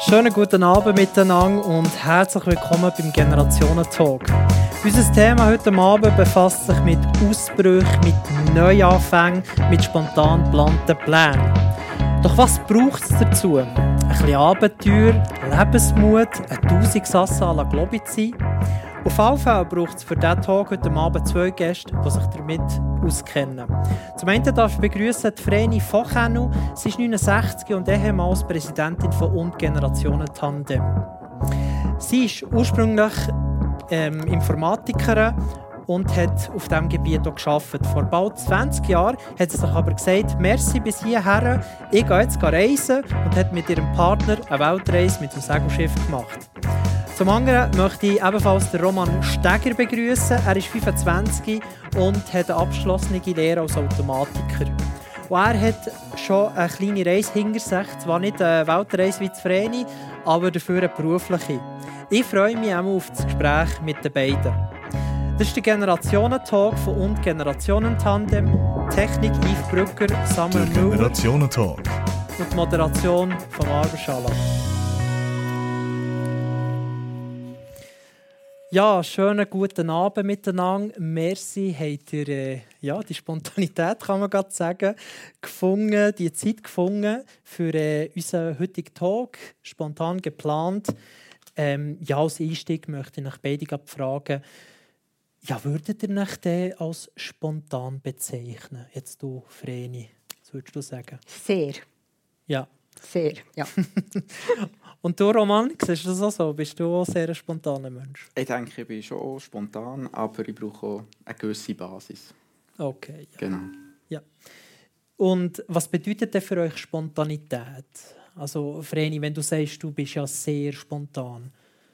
schönen guten Abend miteinander und herzlich willkommen beim Generationen-Talk. Unser Thema heute Abend befasst sich mit Ausbrüchen, mit Neuanfängen, mit spontan geplanten Plänen. Doch was braucht es dazu? Ein bisschen Abenteuer, Lebensmut, ein Tausendsasse à la Globizzi. Auf jeden Fall braucht es für diesen Talk heute Abend 2 Gäste, die sich damit auskennen. Zum einen darf ich begrüßen Vreni Fochenu. Sie ist 69 und ehemals Präsidentin von Und Generationen Tandem. Sie ist ursprünglich Informatikerin und hat auf diesem Gebiet auch gearbeitet. Vor bald 20 Jahren hat sie sich aber gesagt, merci bis hierher, ich gehe jetzt reisen und hat mit ihrem Partner eine Weltreise mit dem Segelschiff gemacht. Zum anderen möchte ich ebenfalls den Roman Steger begrüßen. Er ist 25 und hat eine abgeschlossene Lehre als Automatiker. Und er hat schon eine kleine Reise hinter sich. Zwar nicht eine Weltreise wie Vreni, aber dafür eine berufliche. Ich freue mich auch auf das Gespräch mit den beiden. Das ist der Generationen-Talk von Und Generationen-Tandem. Technik Yves Brücker, Samuel Müller. Generationen-Talk. Und die Moderation von Arberschala. Ja, schönen guten Abend miteinander. Merci, habt ihr die Spontanität, kann man gerade sagen, gefunden, die Zeit gefunden für unseren heutigen Talk, spontan geplant. Als Einstieg möchte ich euch beide fragen, würdet ihr euch denn als spontan bezeichnen? Jetzt du, Vreni, was würdest du sagen? Sehr. Ja. Sehr, ja. Und du, Roman, siehst du das auch so? Bist du auch sehr ein spontaner Mensch? Ich denke, ich bin schon spontan, aber ich brauche auch eine gewisse Basis. Okay. Ja. Genau. Ja. Und was bedeutet denn für euch Spontanität? Also, Vreni, wenn du sagst, du bist ja sehr spontan.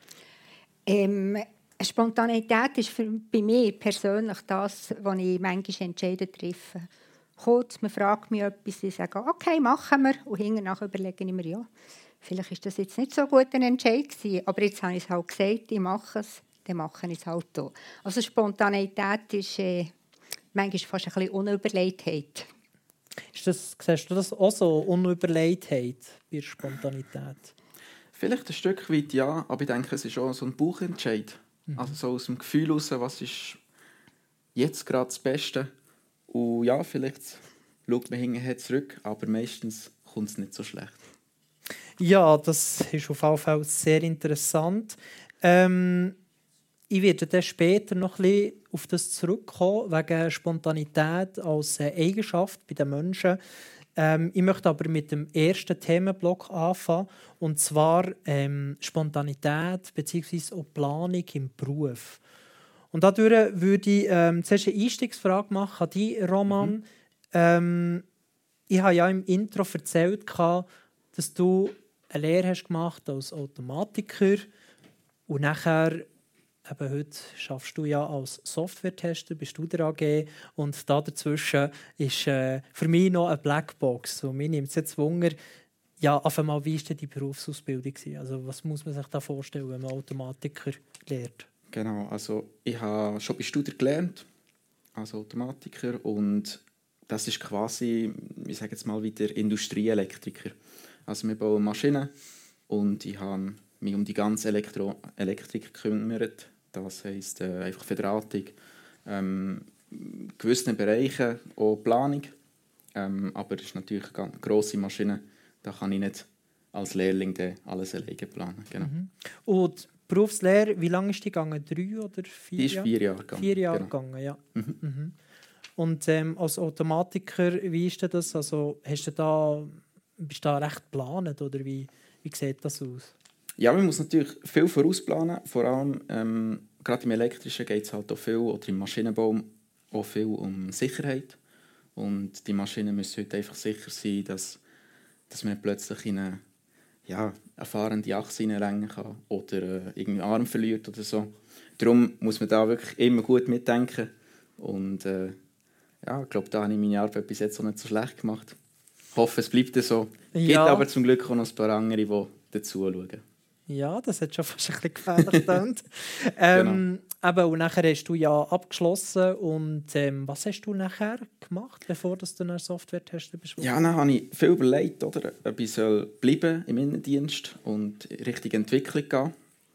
Spontanität ist bei mir persönlich das, was ich manchmal Entscheidungen treffe. Kurz, man fragt mich etwas, ich sage, okay, machen wir. Und hinterher überlege ich mir, ja, vielleicht ist das jetzt nicht so gut ein Entscheid gewesen, aber jetzt habe ich es halt gesagt, ich mache es, dann mache ich es halt auch. Also Spontanität ist manchmal fast ein bisschen Unüberlegtheit. Siehst du das auch so, Unüberlegtheit bei der Spontanität? Vielleicht ein Stück weit ja, aber ich denke, es ist auch so ein Bauchentscheid. Also so aus dem Gefühl heraus, was ist jetzt gerade das Beste. Und ja, vielleicht schaut man hinterher zurück, aber meistens kommt es nicht so schlecht. Ja, das ist auf jeden Fall sehr interessant. Ich werde dann später noch ein bisschen auf das zurückkommen, wegen Spontanität als Eigenschaft bei den Menschen. Ich möchte aber mit dem ersten Themenblock anfangen, und zwar Spontanität bzw. auch Planung im Beruf. Und dadurch würde ich zuerst eine Einstiegsfrage machen an dich, Roman. Ich habe ja im Intro erzählt, dass du eine Lehre hast gemacht als Automatiker und nachher, eben heute schaffst du ja als Software-Tester, bist du der AG, und da dazwischen ist für mich noch eine Blackbox. Und mich nimmt es jetzt Wunder, auf einmal, wie war die Berufsausbildung? Also, was muss man sich da vorstellen, wenn man Automatiker lernt? Genau, also ich habe schon bei Studier gelernt, als Automatiker, und das ist quasi, ich sage jetzt mal, wie der Industrieelektriker. Also wir bauen Maschinen und ich habe mich um die ganze Elektrik gekümmert. Das heisst einfach Verdrahtung, gewissen Bereichen auch Planung, aber es ist natürlich eine grosse Maschine, da kann ich nicht als Lehrling alles alleine planen. Genau. Und Berufslehre, wie lange ist die gegangen? 3 oder 4 Jahre? Die ist 4 Jahre gegangen. 4 Jahre genau. gegangen, ja. Und als Automatiker, wie ist das? Also, bist du da recht geplant, oder wie sieht das aus? Ja, man muss natürlich viel vorausplanen. Vor allem, gerade im Elektrischen geht es halt auch viel, oder im Maschinenbau auch viel um Sicherheit. Und die Maschinen müssen heute einfach sicher sein, dass man plötzlich in eine fahrende Achse reinrennen kann oder irgendwie einen Arm verliert oder so. Darum muss man da wirklich immer gut mitdenken. Und ich glaube, da habe ich meine Arbeit bis jetzt auch nicht so schlecht gemacht. Ich hoffe, es bleibt so. Es gibt aber zum Glück auch noch ein paar andere, die dazu schauen. Ja, das hat schon fast ein bisschen gefährlich gedacht. Genau. Aber und nachher hast du ja abgeschlossen. Und was hast du nachher gemacht, bevor du dann Software-Tester bist? Ja, dann habe ich viel überlegt, oder, ob ich bleiben im Innendienst und in Richtung Entwicklung gehen.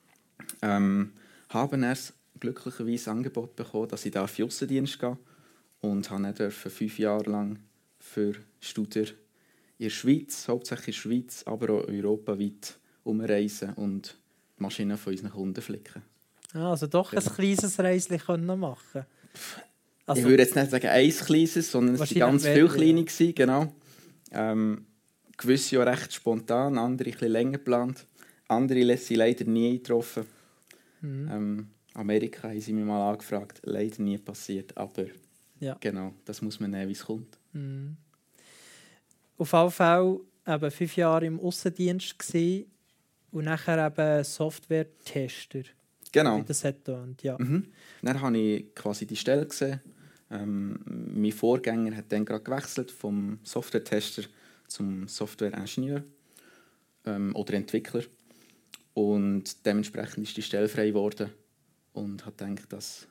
Habe erst glücklicherweise Angebot bekommen, dass ich da auf den Aussendienst gehe. Und durfte 5 Jahre lang für Studier in der Schweiz, hauptsächlich in der Schweiz, aber auch europaweit umreisen und die Maschinen von unseren Kunden flicken. Also doch ein kleines Reischen können machen. Also, ich würde jetzt nicht sagen ein kleines, sondern es waren ganz viele kleine. Ja. Genau. Gewisse ja recht spontan, andere ein bisschen länger geplant. Andere sind leider nie eingetroffen. Amerika haben sie mich mal angefragt, leider nie passiert, aber ja. Genau, das muss man nehmen, wie es kommt. Auf jeden Fall eben 5 Jahre im Aussendienst gewesen und nachher eben Software-Tester. Genau. Wie das hat getönt, ja. Dann habe ich quasi die Stelle gesehen. Mein Vorgänger hat dann gerade gewechselt vom Software-Tester zum Software-Ingenieur oder Entwickler. Und dementsprechend ist die Stelle frei geworden. Und habe gedacht, es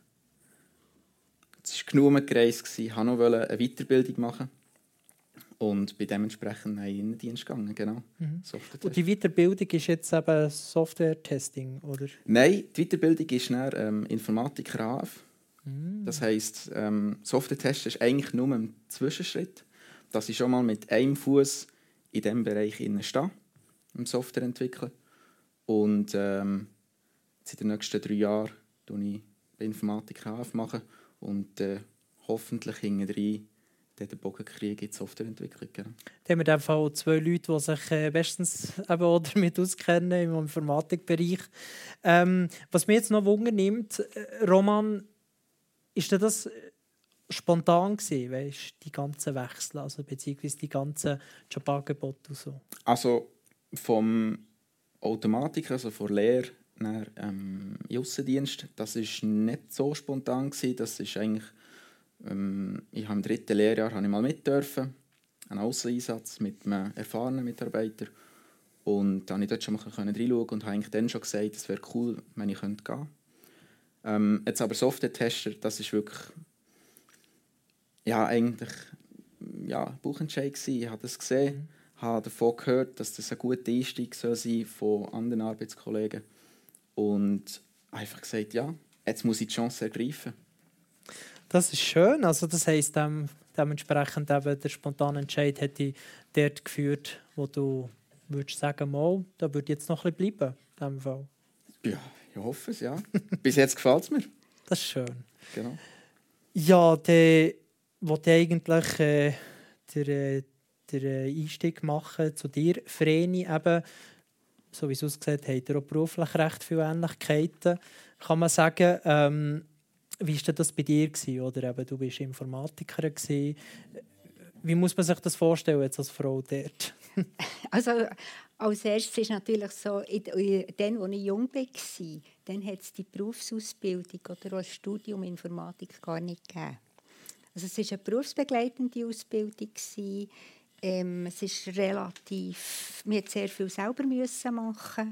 war genug gereist, ich wollte noch eine Weiterbildung machen. Und bin dementsprechend in den Innendienst gegangen, genau. Und die Weiterbildung ist jetzt eben Software-Testing, oder? Nein, die Weiterbildung ist dann Informatiker AF. Das heisst, Software-Test ist eigentlich nur ein Zwischenschritt, dass ich schon mal mit einem Fuß in diesem Bereich stehe, im Software entwickeln. Und jetzt in den nächsten 3 Jahren mache ich Informatiker AF und hoffentlich hinterher den Bogen kriege in die Softwareentwicklung. Genau. Da haben wir in dem Fall 2 Leute, die sich bestens eben auch damit auskennen im Informatikbereich. Was mich jetzt noch Wunder nimmt, Roman, ist das spontan gewesen, weißt, die ganzen Wechsel, also beziehungsweise die ganzen Jobangebote und so? Also vom Automatiker, also von Lehre nach Aussendienst, das war nicht so spontan gewesen. Das ist eigentlich ich habe im 3. Lehrjahr habe ich mal mit dürfen, einen Ausseneinsatz mit einem erfahrenen Mitarbeiter. Und dann konnte ich dort schon mal reinschauen und habe eigentlich dann schon gesagt, es wäre cool, wenn ich gehen könnte. Jetzt aber Software-Tester, das ist wirklich eigentlich Bauchentscheid gewesen. Ich habe das gesehen, habe davon gehört, dass das ein guter Einstieg sein soll von anderen Arbeitskollegen. Und einfach gesagt, ja, jetzt muss ich die Chance ergreifen. Das ist schön. Also das heisst, dementsprechend eben der spontane Entscheid hat dich dort geführt, wo du würdest sagen, mal, da würde ich jetzt noch ein bisschen bleiben. In dem Fall. Ja, ich hoffe es, ja. Bis jetzt gefällt es mir. Das ist schön. Genau. Ja, der wollte eigentlich den Einstieg machen zu dir, Vreni. Eben, so wie es aussieht, hat er auch beruflich recht viele Ähnlichkeiten, kann man sagen. Wie war das bei dir? Oder eben, du warst Informatikerin. Wie muss man sich das vorstellen jetzt als Frau dort? Also als erstes ist natürlich so, dann, als ich jung war, dann hat es die Berufsausbildung oder auch das Studium Informatik gar nicht gegeben. Also es war eine berufsbegleitende Ausbildung. Es ist relativ, wir mussten sehr viel selber machen.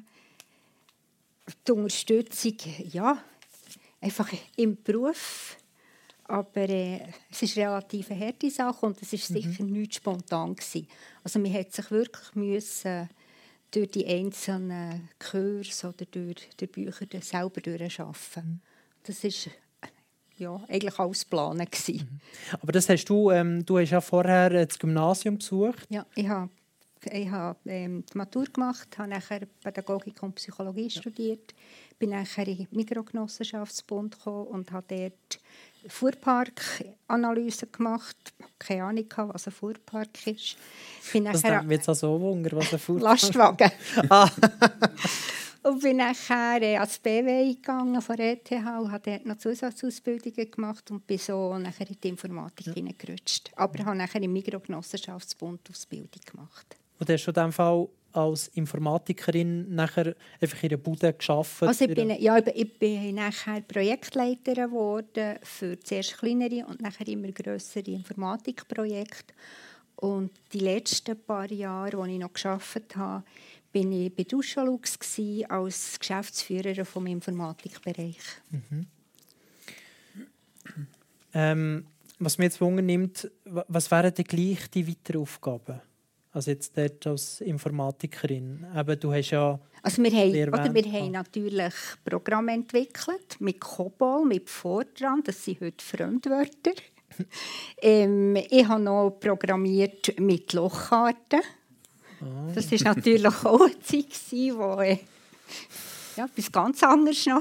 Die Unterstützung, ja, einfach im Beruf. Aber es ist relativ eine harte Sache und es war sicher nicht spontan gewesen. Also man musste sich wirklich durch die einzelnen Kurse oder durch die Bücher selber durcharbeiten. Das war eigentlich alles geplant gewesen. Aber das hast du hast ja vorher das Gymnasium besucht. Ja, ich habe die Matur gemacht, habe nachher Pädagogik und Psychologie studiert, bin nachher in den Mikrogenossenschaftsbund gekommen und habe dort Fuhrparkanalyse gemacht. Keine Ahnung, was ein Fuhrpark ist. Das nimmt mich jetzt auch so Wunder, was ein Fuhrpark ist. Lastwagen. Und bin nachher ans BW gegangen von der ETH und habe dort noch Zusatzausbildungen gemacht und bin so nachher in die Informatik hineingerutscht. Aber habe nachher im Mikrogenossenschaftsbund Ausbildung gemacht. Und hast du in diesem Fall als Informatikerin nachher einfach in der Bude gearbeitet? Also ich bin nachher Projektleiterin geworden für zuerst kleinere und nachher immer grössere Informatikprojekte. Und die letzten paar Jahre, als ich noch gearbeitet habe, bin ich bei Duscholux als Geschäftsführerin vom Informatikbereich. Was mich jetzt wundernimmt, was wären denn gleich die weiteren Aufgaben? Also jetzt dort als Informatikerin. Eben, du hast ja also wir haben natürlich Programme entwickelt, mit COBOL, mit Fortran, das sind heute Fremdwörter. Ich habe noch programmiert mit Lochkarten. Oh. Das war natürlich auch eine Zeit, wo etwas ganz anderes noch.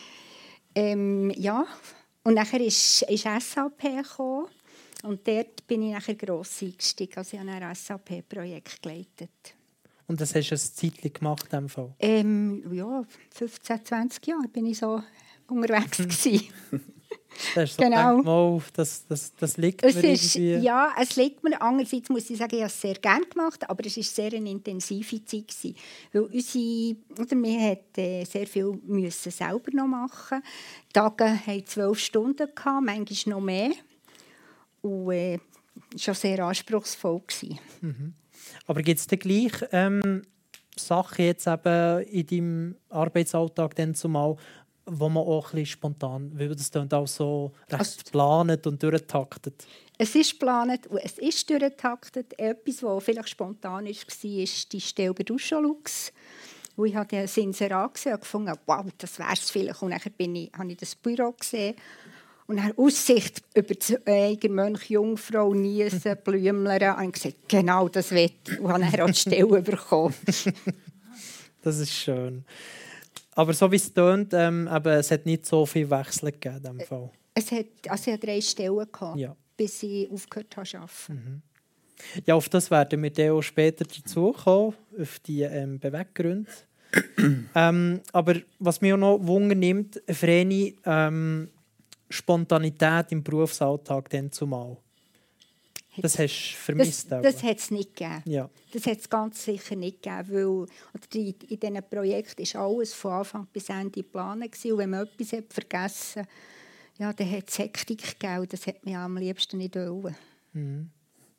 Ja. Und nachher ist SAP gekommen. Und dort bin ich nachher gross eingestiegen. Also ich habe ein SAP-Projekt geleitet. Und das hast du ein Zeitchen gemacht in diesem Fall? Ja, 15, 20 Jahre bin ich so unterwegs gewesen. Das ist so genau. Das liegt mir irgendwie. Ja, es liegt mir. Andererseits muss ich sagen, ich habe es sehr gerne gemacht, aber es war sehr eine intensive Zeit gewesen. Weil wir mussten sehr viel selber noch machen. Die Tage hatten 12 Stunden, manchmal noch mehr. Und es war schon sehr anspruchsvoll. Mhm. Aber gibt es denn gleich Sachen jetzt eben in deinem Arbeitsalltag dann zumal, wo man auch ein bisschen spontan, weil das dann auch so recht geplant und durchgetaktet? Es ist geplant und es ist durchgetaktet. Etwas, was vielleicht spontan war, ist die Stelle bei Duscholux. Wo ich habe das Inserat gesehen und gefunden, wow, das wäre es vielleicht. Und dann habe ich das Büro gesehen. Und dann Aussicht über die Mönch, Jungfrau, Niesen, Blümlern. Und ich gesagt, genau das will ich. Und habe dann auch die Stelle bekommen. Das ist schön. Aber so wie es tönt, es hat nicht so viel Wechsel gegeben in diesem Fall. Ich hatte 3 Stellen, ja, bis ich aufgehört habe zu arbeiten. Mhm. Ja, auf das werden wir dann auch später dazukommen, auf die Beweggründe. Aber was mich auch noch wundernimmt, Vreni, Spontanität im Berufsalltag dann zumal. Das hast du vermisst. Das hat es nicht gegeben. Ja. Das hat es ganz sicher nicht gegeben, weil in diesen Projekten war alles von Anfang bis Ende geplant. Und wenn man etwas vergessen hat, ja, dann hat es Hektik gegeben. Das hat man am liebsten nicht wollen. Mhm.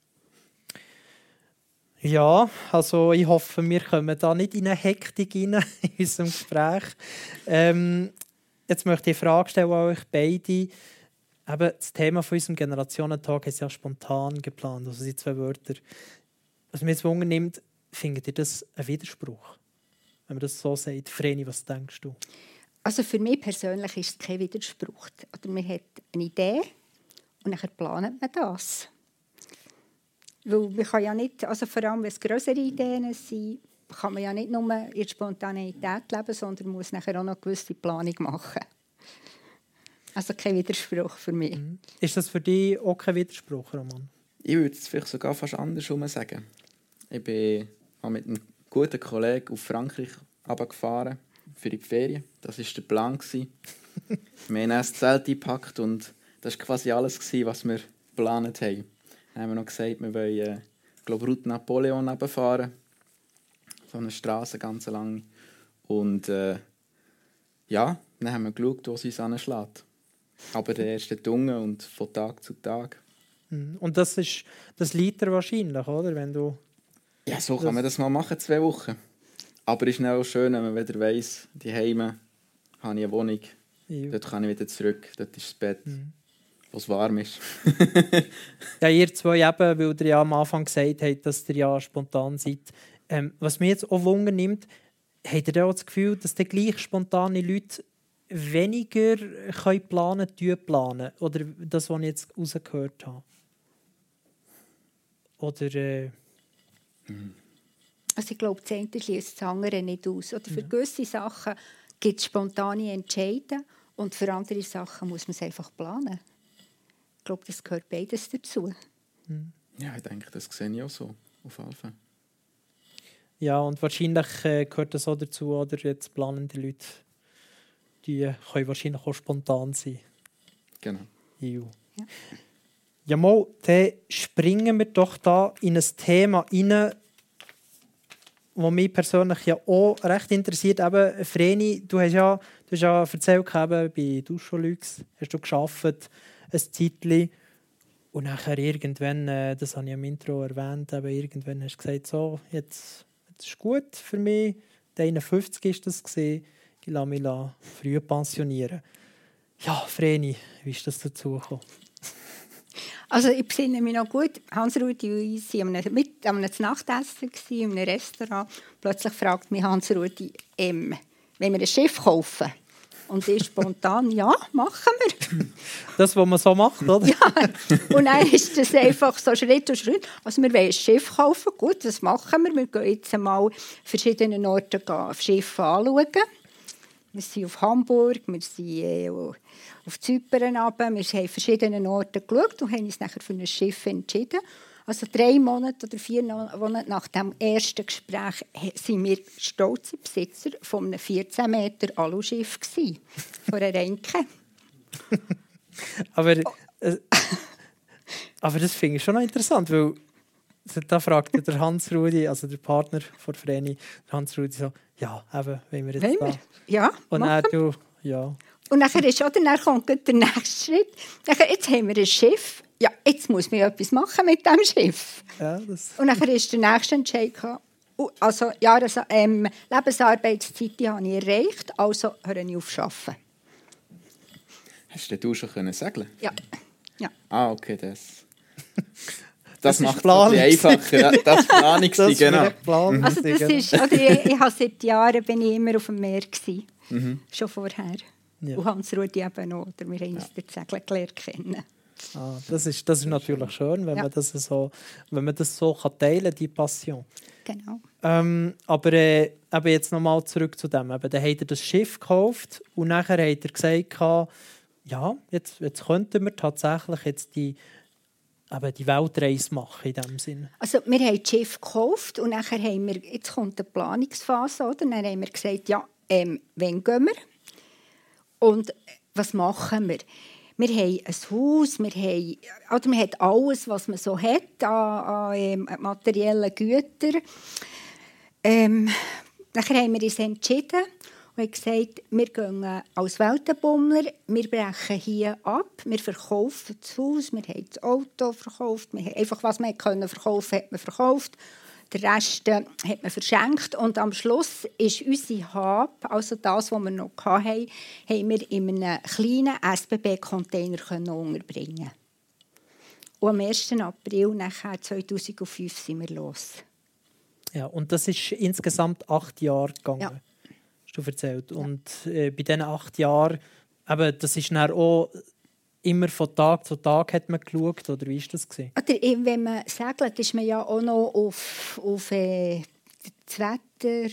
Ja, also ich hoffe, wir kommen da nicht in eine Hektik rein in unserem Gespräch. Jetzt möchte ich eine Frage stellen an euch beide. Eben, das Thema von unserem Generationentag ist ja spontan geplant. Also sind 2 Wörter. Was mich jetzt wundernimmt, findet ihr das ein Widerspruch? Wenn man das so sagt, Vreni, was denkst du? Also für mich persönlich ist es kein Widerspruch. Oder man hat eine Idee und dann plant man das. Weil man kann ja nicht, also vor allem wenn es grössere Ideen sind, kann man ja nicht nur in der Spontaneität leben, sondern muss nachher auch noch eine gewisse Planung machen. Also kein Widerspruch für mich. Ist das für dich auch kein Widerspruch, Roman? Ich würde es vielleicht sogar fast andersrum sagen. Ich bin mit einem guten Kollegen auf Frankreich runtergefahren für die Ferien. Das war der Plan. Wir haben ein Zelt eingepackt und das war quasi alles, was wir geplant haben. Dann haben wir noch gesagt, wir wollen Route Napoleon runterfahren. So eine Straße, ganz lang. Und ja, dann haben wir geschaut, wo es uns anschlägt. Aber der erste Dunge und von Tag zu Tag. Und das liegt dir wahrscheinlich, oder? Wenn du ja, so kann man das mal machen, 2 Wochen. Aber es ist auch schön, wenn man wieder weiss, die Heime habe ich eine Wohnung. Ja. Dort kann ich wieder zurück. Dort ist das Bett, wo es warm ist. Ja, ihr 2 eben, weil ihr ja am Anfang gesagt habt, dass ihr ja spontan seid. Was mich jetzt auch wundernimmt, habt ihr auch das Gefühl, dass die gleich spontane Leute weniger planen können? Oder das, was ich jetzt rausgehört habe? Oder... Also ich glaube, das eine schließt das andere nicht aus. Oder für gewisse Sachen gibt es spontane Entscheidungen und für andere Sachen muss man es einfach planen. Ich glaube, das gehört beides dazu. Ja, ich denke, das sehe ich auch so, auf jeden Fall. Ja, und wahrscheinlich gehört das auch dazu, oder jetzt planende Leute, die können wahrscheinlich auch spontan sein. Genau. Ja. Ja, mal, dann springen wir doch da in ein Thema rein, das mich persönlich ja auch recht interessiert. Eben, Vreni, du hast ja erzählt, eben, bei Duscholux hast du gearbeitet, ein Zeitchen. Und nachher irgendwann, das habe ich im Intro erwähnt, aber irgendwann hast du gesagt, so, jetzt ist gut für mich. Der 51 war das. Ich lasse mich früh pensionieren. Ja, Vreni, wie ist das dazu gekommen? Also ich besinne mich noch gut. Hans-Rudi und ich waren am Nachtessen in einem Restaurant. Plötzlich fragt mich Hans-Rudi, wenn wir ein Schiff kaufen? Und ich spontan, ja, machen wir. Das, was man so macht, oder? Ja, und dann ist das einfach so Schritt für Schritt. Also wir wollen ein Schiff kaufen, gut, das machen wir. Wir gehen jetzt einmal verschiedene Orte Schiffe anschauen. Wir sind auf Hamburg, wir sind auf Zypern runter. Wir haben verschiedene Orte geschaut und haben uns nachher für ein Schiff entschieden. Also 3 Monate oder 4 Monate nach dem ersten Gespräch waren wir stolze Besitzer von einem 14 Meter Aluschiff von einer Renke. aber das finde ich schon noch interessant, weil da fragt der Hans-Rudi, also der Partner von Vreni, Hans-Rudi so, ja, eben, wollen wir jetzt da? Ja, und dann du, ja. Und dann kommt der nächste Schritt. Jetzt haben wir ein Schiff. Ja, jetzt muss man etwas machen mit diesem Schiff. Ja, und dann ist der nächste Entscheid. Also, Lebensarbeitszeit habe ich erreicht, also höre ich auf zu arbeiten. Hast du schon segeln? Ja. Ah, okay, das macht es ein bisschen einfacher. Ja, das Planung, genau. Also das ist, ich habe seit Jahren bin ich immer auf dem Meer gewesen. Schon vorher. Ja. Und Hans-Rudi eben auch. Wir haben uns das Segeln gelernt kennen. Ah, das ist natürlich schön, wenn man das so kann teilen kann, die Passion. Genau. Aber eben jetzt nochmal zurück zu dem. Eben, dann hat er das Schiff gekauft und nachher hat er gesagt, ja, jetzt könnten wir tatsächlich jetzt die Weltreise machen in diesem Sinne. Also wir haben das Schiff gekauft und nachher haben wir, jetzt kommt die Planungsphase, oder? Dann haben wir gesagt, ja, wann gehen wir? Und was machen wir? Wir haben ein Haus, man hat alles, was man so hat an materiellen Gütern. Nachher haben wir uns entschieden und haben gesagt, wir gehen als Weltenbummler, wir brechen hier ab, wir verkaufen das Haus, wir haben das Auto verkauft, wir haben einfach, was man verkaufen konnte, hat man verkauft. Den Rest hat man verschenkt und am Schluss ist unsere Hab, also das, was wir noch hatten, haben wir in einem kleinen SBB-Container unterbringen. Und am 1. April 2005 sind wir los. Ja, und das ist insgesamt 8 Jahre gegangen, ja. Hast du erzählt. Ja. Und bei diesen 8 Jahren, eben, das ist dann auch immer von Tag zu Tag hat man geschaut, oder wie war das? Oder wenn man segelt, ist man ja auch noch auf das Wetter,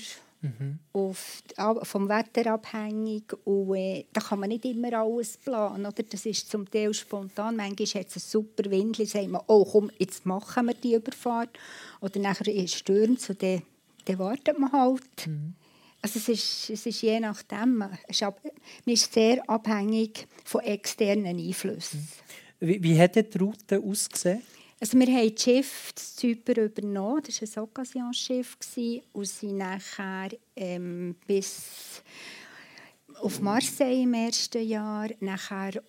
vom Wetter abhängig. Und da kann man nicht immer alles planen. Oder? Das ist zum Teil spontan. Manchmal hat es ein super Wind, sagt man, oh komm, jetzt machen wir die Überfahrt. Oder nachher stürmt es und dann wartet man halt. Also es ist je nachdem. Man ist sehr abhängig von externen Einflüssen. Wie hat die Route ausgesehen? Also wir haben das Schiff in Zypern übernommen. Das war ein Occasion-Schiff und sind nachher bis auf Marseille im ersten Jahr, nachher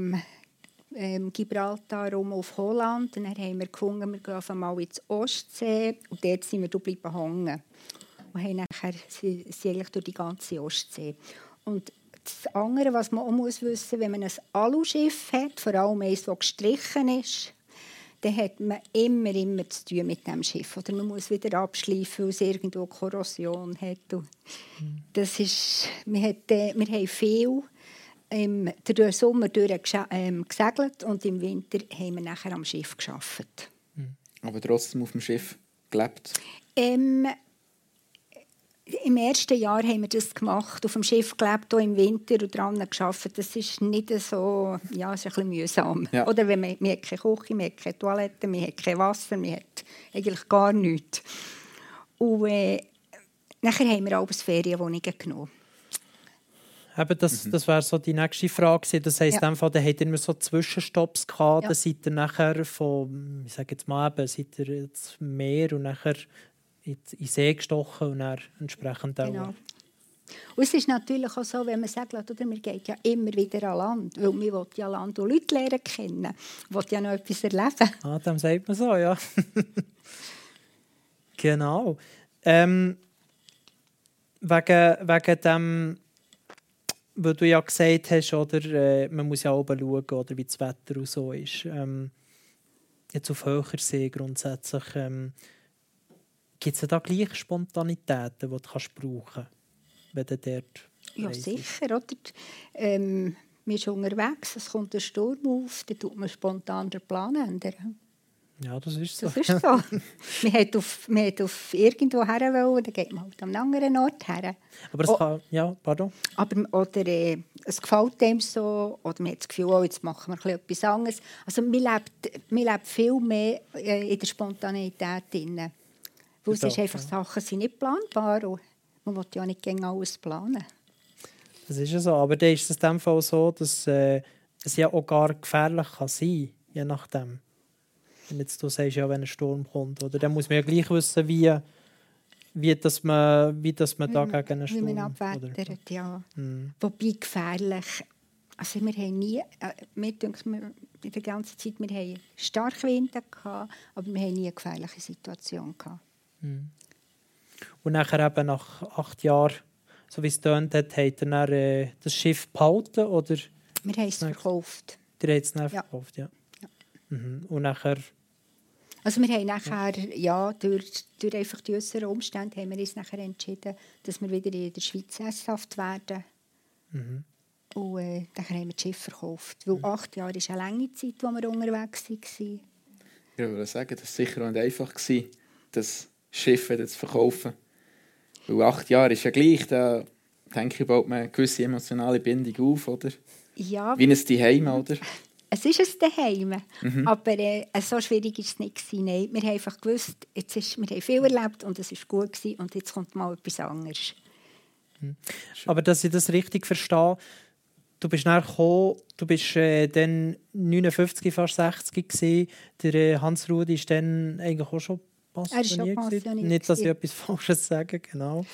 Gibraltar auf Holland. Und dann haben wir gefunden, wir gehen auf einmal in die Ostsee und dort sind wir bleiben hängen. Und haben nachher sind eigentlich durch die ganze Ostsee. Und das andere, was man auch wissen muss, wenn man ein Aluschiff hat, vor allem eines, das gestrichen ist, dann hat man immer zu tun mit dem Schiff. Oder man muss wieder abschleifen, weil es irgendwo Korrosion hat. Das ist, wir haben viel den Sommer gesegelt und im Winter haben wir nachher am Schiff gearbeitet. Aber trotzdem auf dem Schiff gelebt? Im ersten Jahr haben wir das gemacht, auf dem Schiff gelebt, auch im Winter und daran gearbeitet. Das ist nicht so, ja, es ist ein bisschen mühsam. Ja. Oder wenn man hat keine Küche, man hat keine Toilette, man hat kein Wasser, man hat eigentlich gar nichts. Und nachher haben wir auch Ferienwohnungen genommen. Eben, das wäre so die nächste Frage. Das heisst, in dem Fall, da habt ihr immer so Zwischenstopps gehabt. Dann seid ihr nachher von, ich sage jetzt mal, seid ihr ins Meer und nachher in den See gestochen und dann entsprechend auch. Genau. Und es ist natürlich auch so, wenn man sagt, oder, man geht ja immer wieder an Land, weil man will ja Land und Leute lernen kennen, man will ja noch etwas erleben. Ah, dem sagt man so, ja. Genau. Wegen dem, weil du ja gesagt hast, oder, man muss ja oben schauen, oder, wie das Wetter und so ist. Jetzt auf höher See grundsätzlich, gibt es da gleich Spontanitäten, die du brauchen kannst, wenn du dort Ja, reist? sicher. Oder? Man ist unterwegs, es kommt ein Sturm auf, dann tut man spontan den Plan ändern. Ja, das ist so. Das ist so. Man hat auf irgendwo her wollen, dann geht man halt an einen anderen Ort her. Aber es kann... Ja, pardon. Oder es gefällt einem so, oder man hat das Gefühl, oh, jetzt machen wir etwas anderes. Also man lebt viel mehr in der Spontaneität drin. Weil es ist einfach, Sachen sind nicht planbar und man will ja nicht gegen alles planen. Das ist ja so. Aber dann ist es in dem Fall so, dass es ja auch gar gefährlich kann sein kann, je nachdem. Wenn jetzt du sagst, ja, wenn ein Sturm kommt, oder, dann muss man ja gleich wissen, wie das man da gegen einen Sturm... Wie man abwettert, ja. Wobei gefährlich... Also wir haben nie... mir denkt in der ganzen Zeit, wir haben starke Winde gehabt, aber wir haben nie eine gefährliche Situation gehabt. Und nachher eben nach 8 Jahren, so wie es tönt hat, habt ihr dann, das Schiff behalten, oder? Wir haben es verkauft. Ihr habt es dann verkauft, ja. Und nachher... Also wir haben nachher, ja, durch einfach die äußeren Umstände haben wir uns nachher entschieden, dass wir wieder in der Schweiz sesshaft werden. Und dann haben wir das Schiff verkauft. Weil 8 Jahre ist eine lange Zeit, wo wir unterwegs waren. Ich würde sagen, das war sicher auch nicht einfach, das Schiff wieder zu verkaufen. Weil 8 Jahre ist ja gleich, da denke ich, baut man eine gewisse emotionale Bindung auf, oder? Ja. Wie ein Zuhause, oder? Es ist ein Zuhause, aber so schwierig war es nicht. Nein, wir haben einfach gewusst, wir haben viel erlebt und es war gut gewesen, und jetzt kommt mal etwas anderes. Aber dass ich das richtig verstehe, du bist dann gekommen, du bist dann 59, fast 60 gewesen. Der Hans-Rudi ist dann eigentlich auch schon passioniert. Er ist schon passioniert. Nicht, dass ich etwas Falsches sage, genau.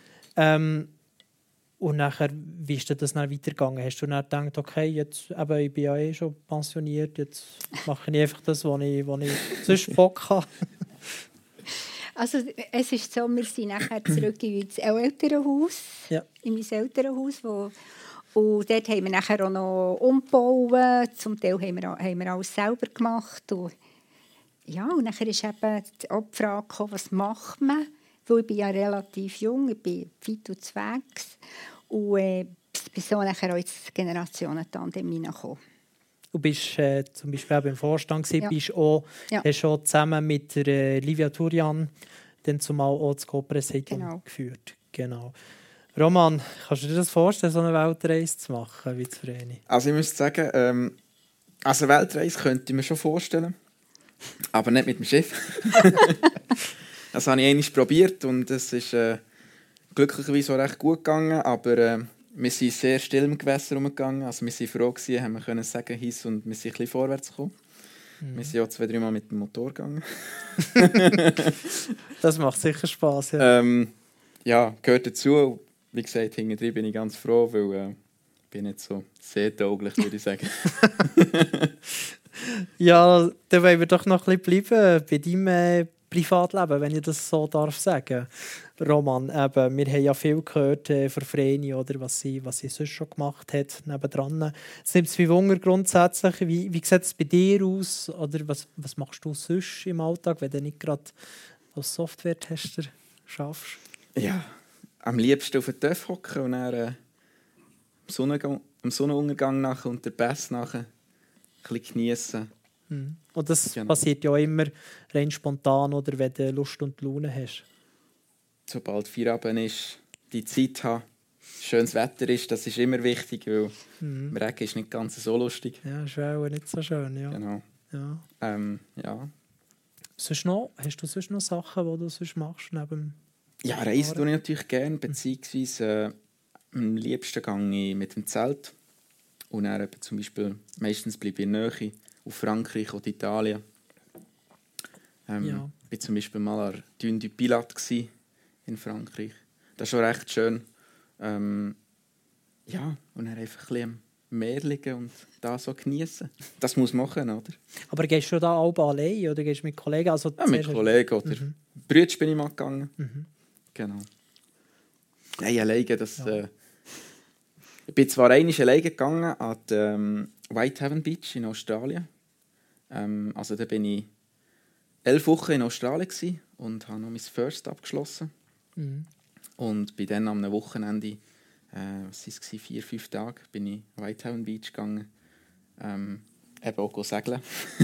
Und nachher, wie ist das dann weitergegangen? Hast du dann gedacht, okay, jetzt, eben, ich bin ja eh schon pensioniert, jetzt mache ich einfach das, was ich sonst Bock habe? Also, es ist so, wir sind nachher zurück in das Elternhaus, in mein Elternhaus, und dort haben wir nachher auch noch umgebaut, zum Teil haben wir alles selber gemacht. Und nachher ist eben auch die Frage gekommen, was macht man? Weil ich bin ja relativ jung, ich bin fit und zwegs. Und bin so nachher auch ins Generationentandem hineingekommen. Du bist zum Beispiel auch beim Vorstand gewesen, bist auch, hast auch zusammen mit der Livia Turian dann zumal auch das Co-Präsidium geführt. Genau. Roman, kannst du dir das vorstellen, so eine Weltreise zu machen wie zu Vreni? Also ich muss sagen, also eine Weltreise könnte ich mir schon vorstellen, aber nicht mit dem Schiff. Das habe ich einmal probiert und es ist glücklicherweise auch recht gut gegangen, aber wir sind sehr still im Gewässer rumgegangen. Also wir waren froh, haben wir können sagen, Hiss, und wir sind ein bisschen vorwärts gekommen. Wir sind auch 2-3 Mal mit dem Motor gegangen. Das macht sicher Spass, ja. Ja, gehört dazu. Wie gesagt, hinten drin bin ich ganz froh, weil ich bin nicht so sehr tauglich, würde ich sagen. Ja, dann wollen wir doch noch ein bisschen bleiben bei deinem Privatleben, wenn ich das so darf sagen. Roman, eben, wir haben ja viel gehört von Vreni, oder was sie sonst schon gemacht hat, nebendran. Es nimmt mich Wunder grundsätzlich, wie sieht es bei dir aus? Oder was machst du sonst im Alltag, wenn du nicht gerade als Software-Tester schaffst? Ja, am liebsten auf den Töpf hocken und dann am Sonnenuntergang nachher und der Bass nachher ein bisschen geniessen. Und das passiert ja immer rein spontan, oder wenn du Lust und Laune hast. Sobald Feierabend ist, die Zeit haben, schönes Wetter ist, das ist immer wichtig, weil im Regen ist nicht ganz so lustig. Ja, ist auch nicht so schön, ja. Genau. Ja. Ja. Hast du sonst noch Sachen, die du sonst machst? Neben Ja, reisen tue ich natürlich gerne, beziehungsweise am liebsten gehe ich mit dem Zelt. Und dann zum Beispiel, meistens bleibe ich in der Nähe, auf Frankreich oder Italien. Ich war zum Beispiel mal an Dune du Pilat in Frankreich. Das ist schon recht schön. Ja, und dann einfach ein bisschen am Meer liegen und da so genießen. Das muss man machen, oder? Aber gehst du da alle allein oder gehst du mit Kollegen? Also Ja, mit Kollegen oder Brüdern bin ich mal gegangen. Genau. Nein, alleine, das... ich bin zwar einmal alleine gegangen an die, Whitehaven Beach in Australien. Also da bin ich 11 Wochen in Australien gewesen und habe noch mein First abgeschlossen. Und bin dann am Wochenende, was war es, 4-5 Tage, bin ich an Whitehaven Beach gegangen. Eben auch segeln.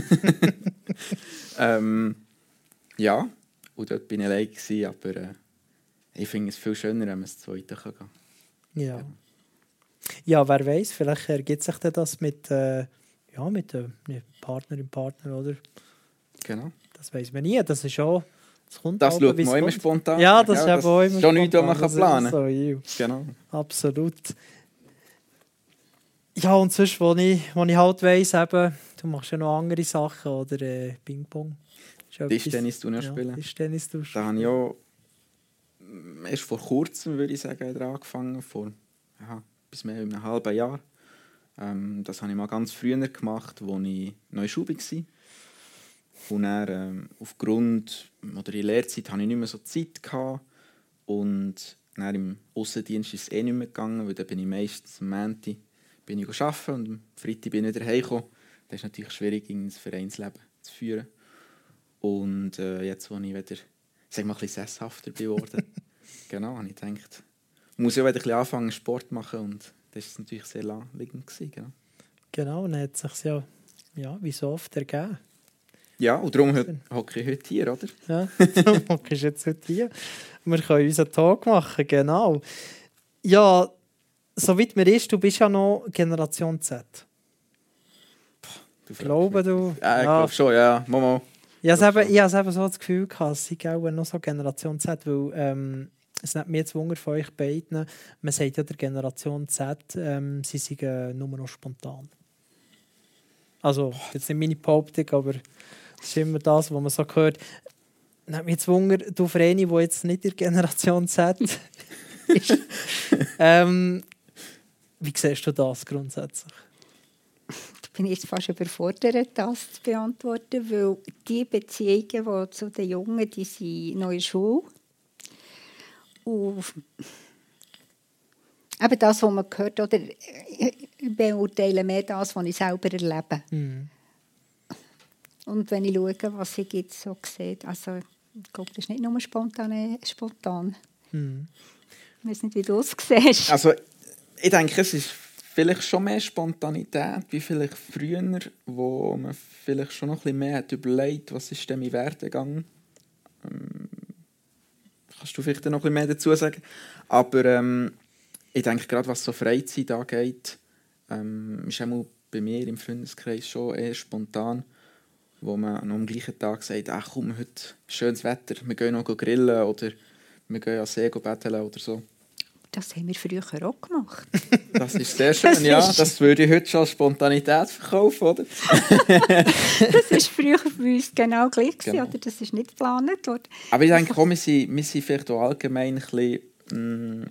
Ja, und dort bin ich allein gewesen, aber ich finde es viel schöner, wenn man das Zweite gehen kann. Ja. Ja, wer weiß, vielleicht ergibt sich das mit einem Partnerin, Partner, oder? Genau. Das weiß man nie. Das ist auch... Das schaut man immer spontan. Ja, das ist eben auch immer schon nichts, was man planen kann. So, ja. Genau. Absolut. Ja, und sonst, wo ich halt weiss, eben, du machst ja noch andere Sachen, oder Ping-Pong. Tischtennis du noch spielen. Tischtennis du da habe ich auch erst vor kurzem, würde ich sagen, angefangen. Vor bis mehr als einem halben Jahr. Das habe ich mal ganz früher gemacht, als ich noch in Schule war. Und dann, aufgrund oder in der Lehrzeit hatte ich nicht mehr so Zeit gehabt. Und dann im Aussendienst ist es nicht mehr gegangen, weil dann bin ich meistens am Montag arbeiten und am Freitag bin ich wieder heimgekommen. Das ist natürlich schwierig, das Vereinsleben zu führen. Und jetzt, als ich wieder, sag mal, ein bisschen sesshafter geworden genau, habe ich gedacht, ich muss ja wieder ein bisschen anfangen, Sport zu machen. Und das war natürlich sehr naheliegend gewesen. Genau, und dann hat es sich ja, wie so oft ergeben. Ja, und darum hocke ich heute hier, oder? Ja, darum hocke ich jetzt heute hier. Wir können unseren Talk machen, genau. Ja, soweit mir ist, du bist ja noch Generation Z. Ich glaube du? Ja, ich glaube schon, ja. Mama. Ich habe eben so das Gefühl gehabt, es sei auch noch so Generation Z, weil es nimmt mir jetzt Wunder von euch beiden. Man sagt ja der Generation Z, sie seien nur noch spontan. Also, jetzt nicht meine Behauptung, aber das ist immer das, was man so hört. Nimmt mir jetzt Wunder, du Vreni, der jetzt nicht in der Generation Z ist. Wie siehst du das grundsätzlich? Ich bin jetzt fast überfordert, das zu beantworten, weil die Beziehungen, die zu den Jungen, die sind noch in der Schule. Und eben das, was man hört, oder ich beurteile mehr das, was ich selber erlebe. Und wenn ich schaue, was ich jetzt so sehe, also ich glaube, das ist nicht nur spontan. Ich weiß nicht, wie du es siehst. Also, ich denke, es ist vielleicht schon mehr Spontanität, wie vielleicht früher, wo man vielleicht schon noch ein bisschen mehr hat überlegt, was ist denn mein Werdegang. Kannst du vielleicht noch ein bisschen mehr dazu sagen? Aber ich denke, gerade was so Freizeit angeht, ist auch bei mir im Freundeskreis schon eher spontan, wo man noch am gleichen Tag sagt, ach komm, heute schönes Wetter, wir gehen noch grillen oder wir gehen an den See betteln oder so. Das haben wir früher auch gemacht. Das ist sehr schön, ja. Das würde ich heute schon als Spontanität verkaufen, oder? Das war früher bei uns genau gleich, genau. Oder? Das ist nicht geplant worden. Aber ich denke, wir sind vielleicht auch allgemein ein bisschen...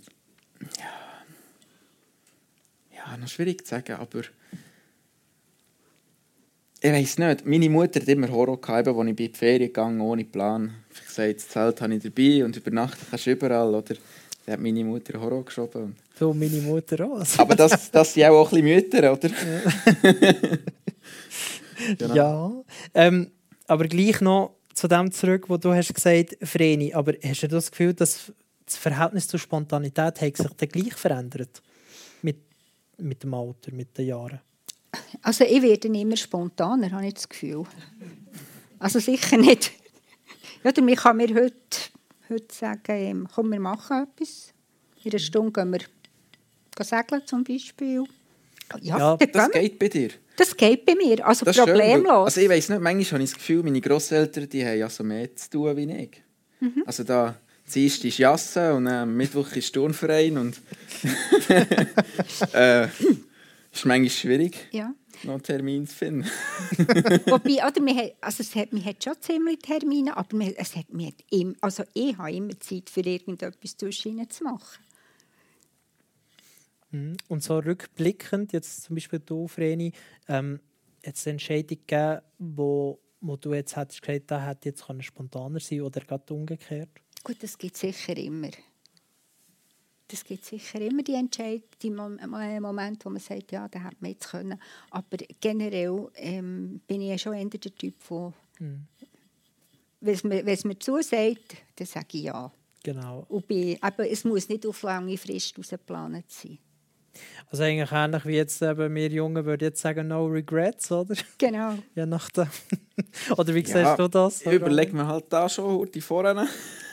noch schwierig zu sagen, aber... Ich weiss nicht. Meine Mutter hat immer Horror gehabt, als ich in die Ferien gegangen ohne Plan. Ich gesagt, das Zelt habe ich dabei und übernachten kannst du überall, oder? Da hat meine Mutter Horror geschoben. So, meine Mutter auch. Aber das sind auch ein bisschen Mütter, oder? Genau. Ja. Aber gleich noch zu dem zurück, wo du hast gesagt, Vreni. Aber hast du das Gefühl, dass das Verhältnis zur Spontanität hat sich dann gleich verändert? Mit dem Alter, mit den Jahren? Also ich werde immer spontaner, habe ich das Gefühl. Also sicher nicht. Ja, oder man kann mir heute sagen, komm, wir machen etwas. In einer Stunde gehen wir segeln zum Beispiel. Ja, das geht bei dir? Das geht bei mir, also das problemlos. Schön, also ich weiss nicht, manchmal habe ich das Gefühl, meine Grosseltern die haben also mehr zu tun wie ich. Also da... Dienstag ist Jasse und am Mittwoch ist Turnverein und ist manchmal schwierig, noch einen Termin zu finden. Wobei, oder, man hat schon ziemlich Termine, aber ich habe immer Zeit, für irgendetwas zwischendurch zu machen. Und so rückblickend, jetzt zum Beispiel du, Vreni, jetzt eine Entscheidung gegeben, wo du jetzt hättest gesagt, da hätte jetzt spontaner sein oder gerade umgekehrt? Gut, das gibt sicher immer. Das gibt sicher immer die Entscheidung, die Momente, wo man sagt, ja, da hätte man jetzt können. Aber generell bin ich schon eher der Typ, der, wenn es mir zusagt, dann sage ich ja. Genau. Aber es muss nicht auf lange Frist geplant sein. Also eigentlich ähnlich wie jetzt wir Jungen würden jetzt sagen, no regrets, oder? Genau. Ja, nach dem. Oder wie siehst du das? Ich überlege mir halt da schon die vorne.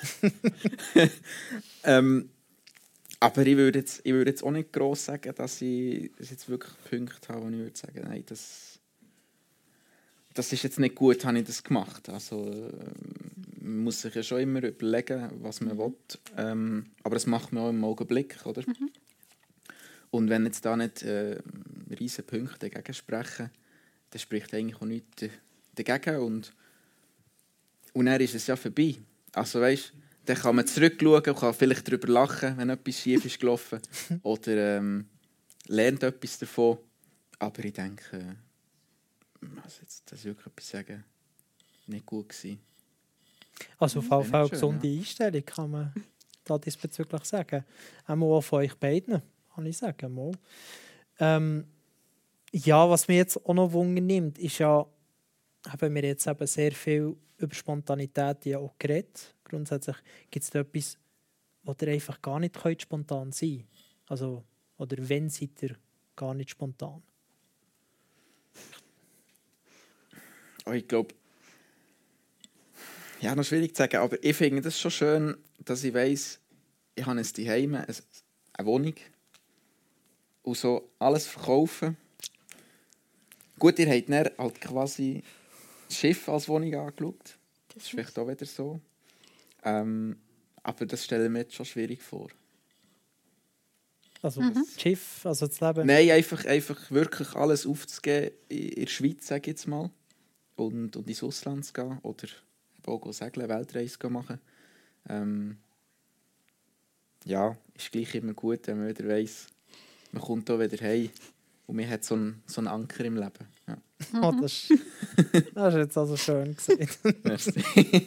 Aber ich würde jetzt auch nicht gross sagen, dass ich jetzt wirklich Punkte habe, wo ich würde sagen, nein, das ist jetzt nicht gut, habe ich das gemacht. Also man muss sich ja schon immer überlegen, was man will. Aber das macht man auch im Augenblick, oder? Und wenn jetzt da nicht riesige Punkte dagegen sprechen, dann spricht eigentlich auch nichts dagegen. Und dann ist es ja vorbei. Also weißt, dann kann man zurückschauen und kann vielleicht darüber lachen, wenn etwas schief ist gelaufen. Oder lernt etwas davon. Aber ich denke, also jetzt das wirklich etwas sagen, nicht gut gewesen. Also auf eine gesunde Einstellung kann man da diesbezüglich sagen. Auch von euch beiden, kann ich sagen. Ja, was mir jetzt auch noch Wunder nimmt, ist ja, haben wir jetzt eben sehr viel über Spontanität ja auch geredet. Grundsätzlich gibt es da etwas, wo ihr einfach gar nicht spontan sein könnt. Also, oder wenn seid ihr gar nicht spontan? Oh, ich glaube, ja, noch schwierig zu sagen, aber ich finde das schon schön, dass ich weiss, ich habe ein Zuhause, eine Wohnung und so alles verkaufen. Gut, ihr habt dann halt quasi das Schiff als Wohnung angeschaut. Das ist vielleicht auch wieder so. Aber das stelle ich mir jetzt schon schwierig vor. Also das Schiff, also das Leben? Nein, einfach wirklich alles aufzugeben in der Schweiz, sage ich jetzt mal. Und ins Ausland zu gehen oder auch segeln, Weltreise machen. Ja, ist gleich immer gut, wenn man wieder weiss, man kommt hier wieder heim und man hat so einen Anker im Leben. Ja. Oh, das ist jetzt also schön gesagt. Merci.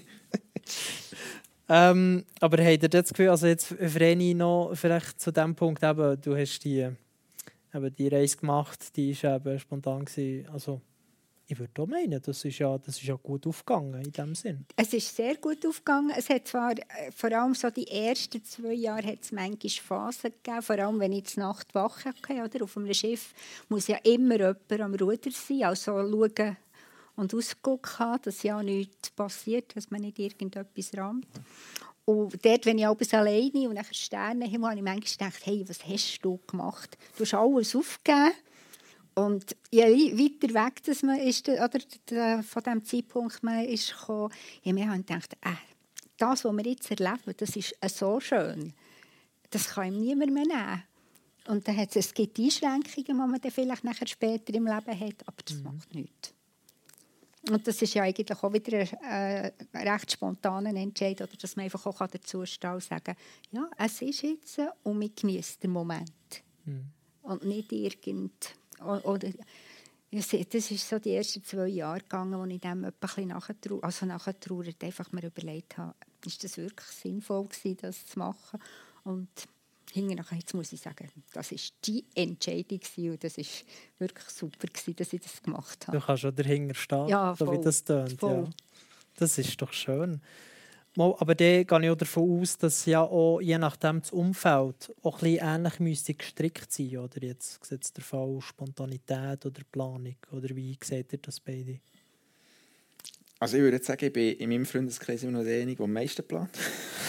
Aber habt ihr das Gefühl, also jetzt Vreni noch vielleicht zu dem Punkt, eben, du hast die Reise gemacht, die war eben spontan gewesen. Also ich würde auch meinen, das ist ja gut aufgegangen in dem Sinn. Es ist sehr gut aufgegangen. Es hat zwar vor allem so die ersten 2 Jahre hat es manchmal Phasen gegeben, vor allem wenn ich die Nacht wach hatte, oder auf einem Schiff muss ja immer jemand am Ruder sein, also schauen und Ausguck haben, dass ja nichts passiert, dass man nicht irgendetwas rammt. Und dort, wenn ich alles alleine und nachher Sterne habe, habe ich manchmal gedacht, hey, was hast du gemacht? Du hast alles aufgegeben. Und je weiter weg dass man ist, oder von dem Zeitpunkt man ist gekommen, je mehr habe ich gedacht, das, was wir jetzt erleben, das ist so schön. Das kann ihm niemand mehr nehmen. Und dann es gibt Einschränkungen, die man dann vielleicht nachher später im Leben hat, aber das macht nichts. Und das ist ja eigentlich auch wieder ein recht spontaner Entscheid, oder dass man einfach auch dazu stehen und sagen, ja, es ist jetzt und man genießt den Moment. Und nicht oder, das ist so die ersten 2 Jahre gegangen, wo ich dem ein bisschen nachgetrauert einfach mir überlegt habe, ist das wirklich sinnvoll gewesen, das zu machen? Und hinterher, jetzt muss ich sagen, das war die Entscheidung und das war wirklich super gewesen, dass ich das gemacht habe. Du kannst schon dahinter stehen, ja, so voll, wie das tönt. voll. Ja. Das ist doch schön. Aber dann gehe ich auch davon aus, dass ja auch je nachdem das Umfeld auch ein bisschen ähnlich müsste gestrickt sein. Oder jetzt sieht der Fall Spontanität oder Planung. Oder wie seht ihr das beide? Also ich würde jetzt sagen, ich bin in meinem Freundeskreis immer noch derjenige, der am meisten plant.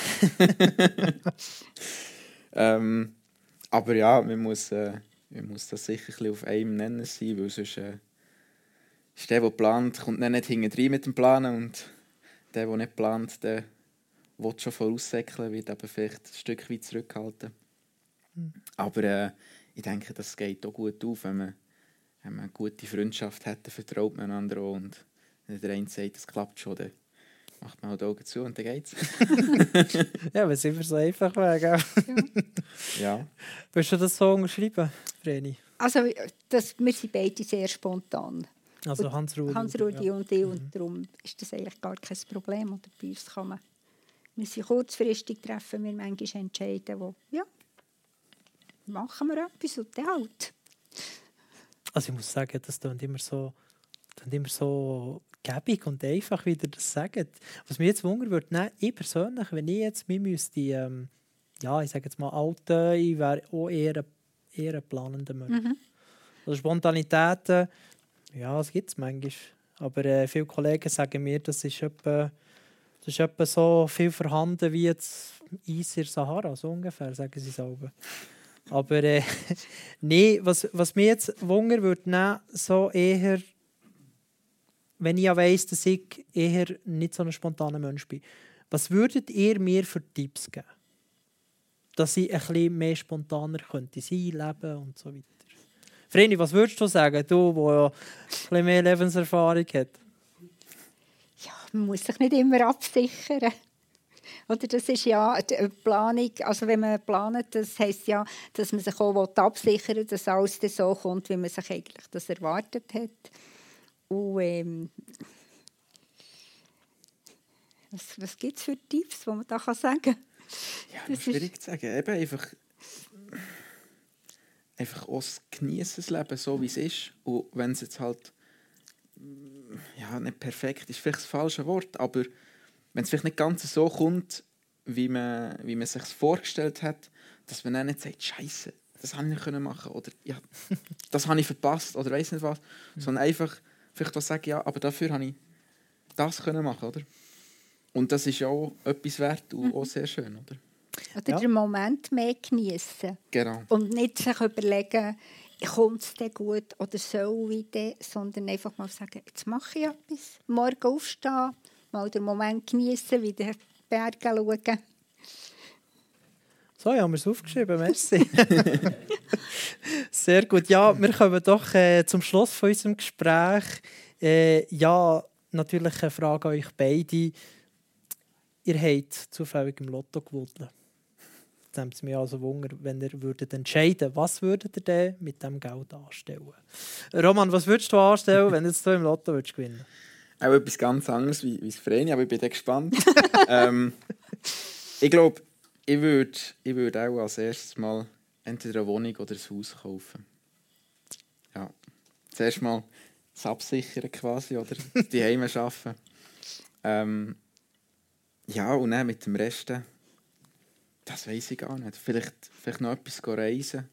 Aber ja, man muss das sicher ein bisschen auf einem Nenner sein, weil sonst ist der plant, kommt dann nicht hinten mit dem Planen und der nicht plant, der will schon voraussäckeln, wird aber vielleicht ein Stück weit zurückhalten. Aber ich denke, das geht auch gut auf, wenn man eine gute Freundschaft hat, vertraut man einander auch. Und wenn der eine sagt, das klappt schon, dann macht man die Augen zu und dann geht's. Ja, wenn es immer so einfach wäre. Gell? Ja. Willst du das so unterschreiben, Vreni? Also, wir sind beide sehr spontan. Also Hans-Rudi. Hans-Rudi und ich. Und darum ist das eigentlich gar kein Problem. Oder bei uns kann man... Wir sind kurzfristig, treffen wir manchmal Entscheidungen, wo, ja, machen wir etwas und dann halt. Also ich muss sagen, das klingt immer so gäbig und einfach, wie ihr das sagt. Was mich jetzt wundern würde, ich persönlich, wenn ich jetzt mich müsste, ich sage jetzt mal alten, ich wäre auch eher ein planender Mensch. Also Spontanitäten, ja, das gibt es manchmal. Aber viele Kollegen sagen mir, das ist etwa so viel vorhanden wie jetzt Eis in der Sahara, so ungefähr, sagen sie selber. Aber nee, was mir jetzt wundern würde, so eher, wenn ich ja weiss, dass ich eher nicht so ein spontaner Mensch bin. Was würdet ihr mir für Tipps geben? Dass ich ein bisschen mehr spontaner könnte sein, leben und so weiter. Vreni, was würdest du sagen, du, der ja ein bisschen mehr Lebenserfahrung hat? Ja, man muss sich nicht immer absichern. Oder das ist ja die Planung, also wenn man plant, das heisst ja, dass man sich auch absichern will, dass alles so kommt, wie man sich eigentlich das erwartet hat. Und was gibt es für Tipps, die man da sagen kann? Ja, das ist schwierig zu sagen. Eben einfach auch genießen das Leben so, wie es ist. Und wenn es jetzt halt nicht perfekt ist, vielleicht das falsche Wort, aber wenn es vielleicht nicht ganz so kommt, wie man es sich vorgestellt hat, dass man dann nicht sagt, Scheiße, das habe ich nicht machen können oder ja, das habe ich verpasst oder weiss nicht was, sondern einfach vielleicht auch sagen, ja, aber dafür habe ich das können machen, oder? Und das ist ja auch etwas wert und auch sehr schön, oder? Oder den Moment mehr genießen. Genau. Und nicht sich überlegen, kommt es denn gut oder soll ich denn, sondern einfach mal sagen, jetzt mache ich etwas. Morgen aufstehen, mal den Moment genießen, wieder die Berge schauen. So, ja, haben wir es aufgeschrieben, merci. Sehr gut. Ja, wir kommen doch zum Schluss von unserem Gespräch. Natürlich eine Frage an euch beide. Ihr habt zufällig im Lotto gewonnen. Jetzt nimmt es mich also Wunder, wenn ihr würdet entscheiden, was würdet ihr denn mit diesem Geld anstellen? Roman, was würdest du anstellen, wenn du jetzt im Lotto gewinnen würdest? Auch etwas ganz anderes wie das Vreni, aber ich bin gespannt. Ich glaube, ich würde auch als erstes mal entweder eine Wohnung oder ein Haus kaufen. Ja. Zuerst mal das Absichern quasi, oder die Heime arbeiten. Ja, und dann mit dem Rest, das weiss ich gar nicht. Vielleicht noch etwas reisen.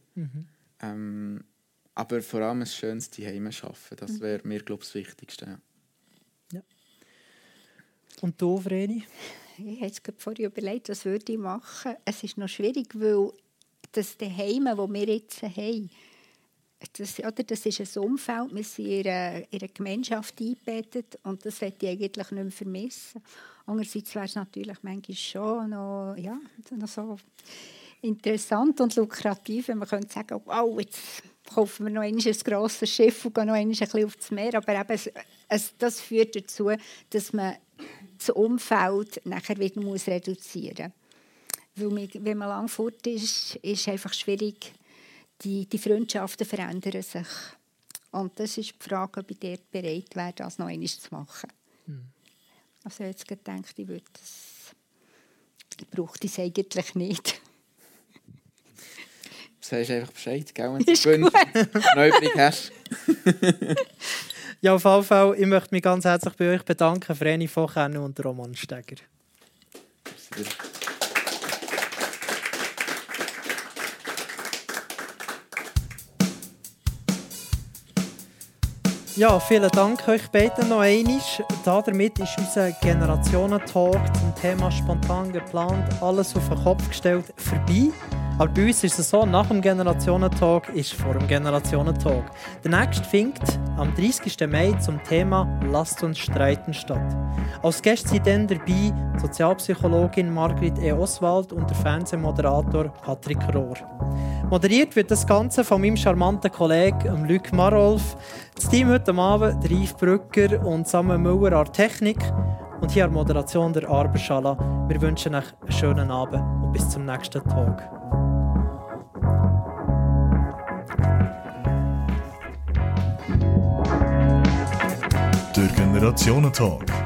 Aber vor allem ein schönes Heime arbeiten. Das wäre mir, glaube ich, das Wichtigste. Ja. Ja. Und du, Vreni? Ich habe jetzt vorhin überlegt, was würde ich machen. Es ist noch schwierig, weil das Heim, das wir jetzt haben, das ist ein Umfeld, wir sind in einer Gemeinschaft eingebettet und das möchte ich eigentlich nicht mehr vermissen. Andererseits wäre es natürlich manchmal schon noch so interessant und lukrativ, wenn man könnte sagen, wow, jetzt kaufen wir noch ein grosses Schiff und gehen noch ein bisschen aufs Meer. Aber eben, das führt dazu, dass man das Umfeld nachher wieder reduzieren muss. Weil wenn man lang fort ist es einfach schwierig, die Freundschaften verändern sich. Und das ist die Frage, ob ich dort bereit wäre, das noch einmal zu machen. Also ich habe jetzt gedacht, ich brauche das eigentlich nicht. Du sagst einfach Bescheid, gell, wenn du es noch übrig hast. Ja, auf jeden Fall, ich möchte mich ganz herzlich bei euch bedanken, Vreni Vochenne und Roman Steger. Ja, vielen Dank euch beiden noch einmal. Damit ist unser Generationentalk zum Thema spontan geplant, alles auf den Kopf gestellt, vorbei. Aber bei uns ist es so, nach dem Generationentalk ist vor dem Generationentalk. Der nächste findet am 30. Mai zum Thema «Lasst uns streiten» statt. Als Gäste sind dann dabei die Sozialpsychologin Margrit E. Oswald und der Fernsehmoderator Patrick Rohr. Moderiert wird das Ganze von meinem charmanten Kollegen Luc Marolf. Das Team heute Abend, Yves Brücker und Samuel Müller an Technik. Und hier an der Moderation der Arber Schala. Wir wünschen euch einen schönen Abend und bis zum nächsten Talk. Der Generationentalk.